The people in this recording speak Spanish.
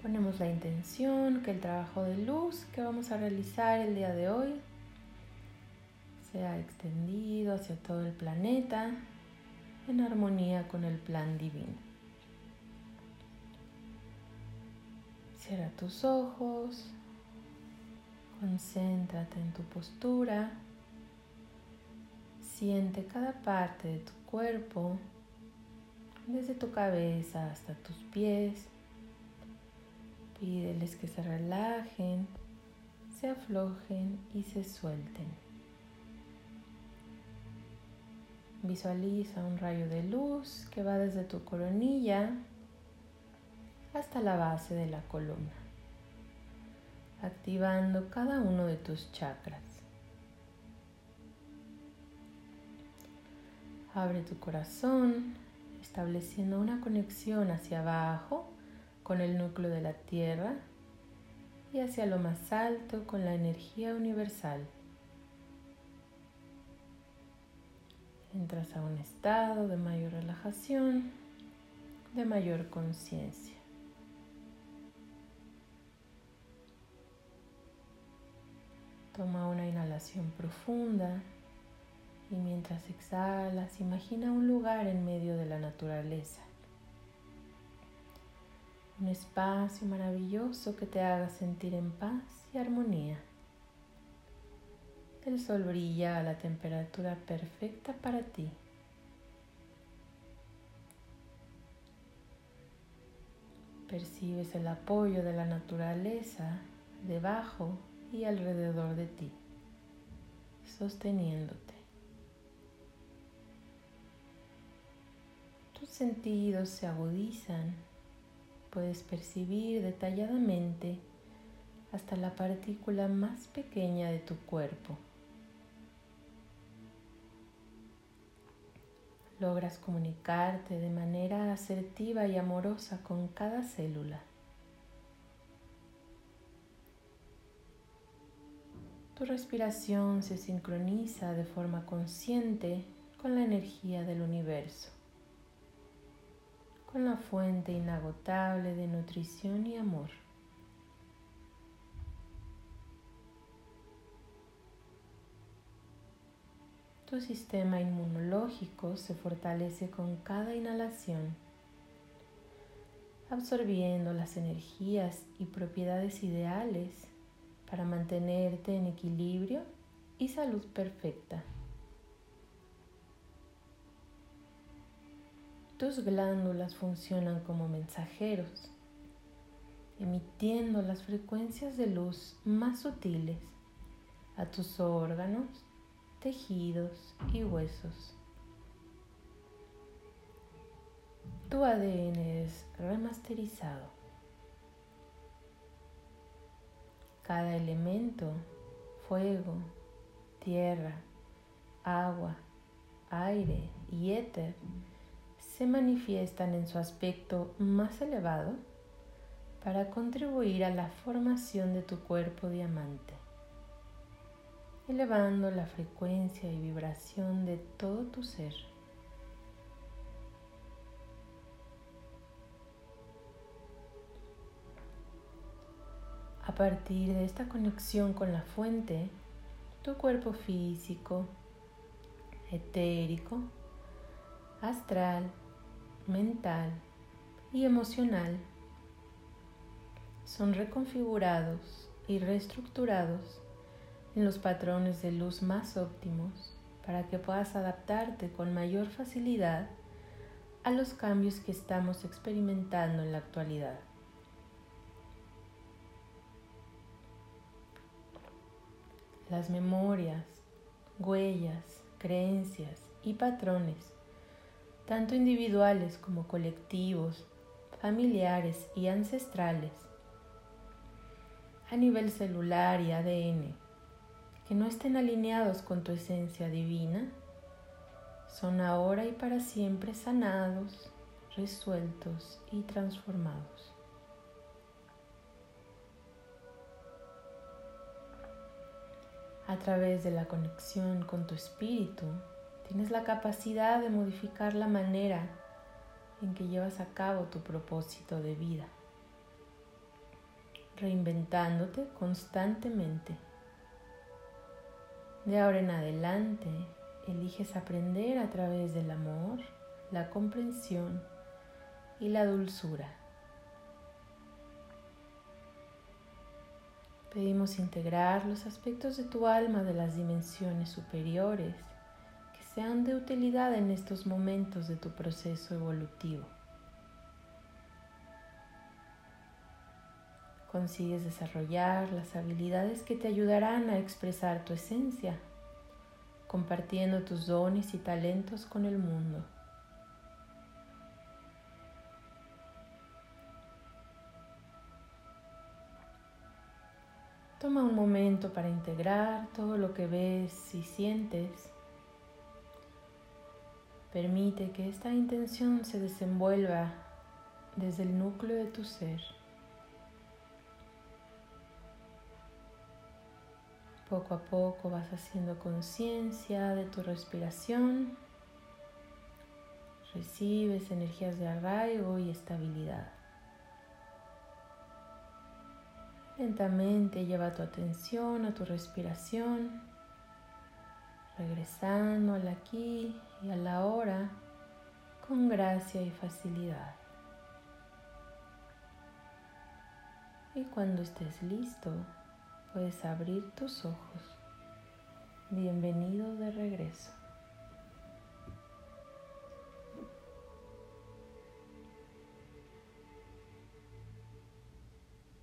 Ponemos la intención que el trabajo de luz que vamos a realizar el día de hoy sea extendido hacia todo el planeta en armonía con el plan divino. Cierra tus ojos, concéntrate en tu postura, siente cada parte de tu cuerpo, desde tu cabeza hasta tus pies. Pídeles que se relajen, se aflojen y se suelten. Visualiza un rayo de luz que va desde tu coronilla hasta la base de la columna, activando cada uno de tus chakras. Abre tu corazón, estableciendo una conexión hacia abajo con el núcleo de la Tierra y hacia lo más alto con la energía universal. Entras a un estado de mayor relajación, de mayor conciencia. Toma una inhalación profunda y mientras exhalas, imagina un lugar en medio de la naturaleza. Un espacio maravilloso que te haga sentir en paz y armonía. El sol brilla a la temperatura perfecta para ti. Percibes el apoyo de la naturaleza debajo y alrededor de ti, sosteniéndote. Tus sentidos se agudizan. Puedes percibir detalladamente hasta la partícula más pequeña de tu cuerpo. Logras comunicarte de manera asertiva y amorosa con cada célula. Tu respiración se sincroniza de forma consciente con la energía del universo, con la fuente inagotable de nutrición y amor. Tu sistema inmunológico se fortalece con cada inhalación, absorbiendo las energías y propiedades ideales para mantenerte en equilibrio y salud perfecta. Tus glándulas funcionan como mensajeros, emitiendo las frecuencias de luz más sutiles a tus órganos, tejidos y huesos. Tu ADN es remasterizado. Cada elemento, fuego, tierra, agua, aire y éter, se manifiestan en su aspecto más elevado para contribuir a la formación de tu cuerpo diamante, elevando la frecuencia y vibración de todo tu ser. A partir de esta conexión con la fuente, tu cuerpo físico, etérico, astral, mental y emocional son reconfigurados y reestructurados en los patrones de luz más óptimos para que puedas adaptarte con mayor facilidad a los cambios que estamos experimentando en la actualidad. Las memorias, huellas, creencias y patrones, tanto individuales como colectivos, familiares y ancestrales, a nivel celular y ADN, que no estén alineados con tu esencia divina, son ahora y para siempre sanados, resueltos y transformados. A través de la conexión con tu espíritu, tienes la capacidad de modificar la manera en que llevas a cabo tu propósito de vida. reinventándote constantemente. De ahora en adelante, eliges aprender a través del amor, la comprensión y la dulzura. Pedimos integrar los aspectos de tu alma de las dimensiones superiores que sean de utilidad en estos momentos de tu proceso evolutivo. Consigues desarrollar las habilidades que te ayudarán a expresar tu esencia, compartiendo tus dones y talentos con el mundo. Toma un momento para integrar todo lo que ves y sientes. Permite que esta intención se desenvuelva desde el núcleo de tu ser. Poco a poco vas haciendo conciencia de tu respiración. Recibes energías de arraigo y estabilidad. Lentamente lleva tu atención a tu respiración, regresando al aquí y a la ahora con gracia y facilidad. Y cuando estés listo, puedes abrir tus ojos. Bienvenido de regreso.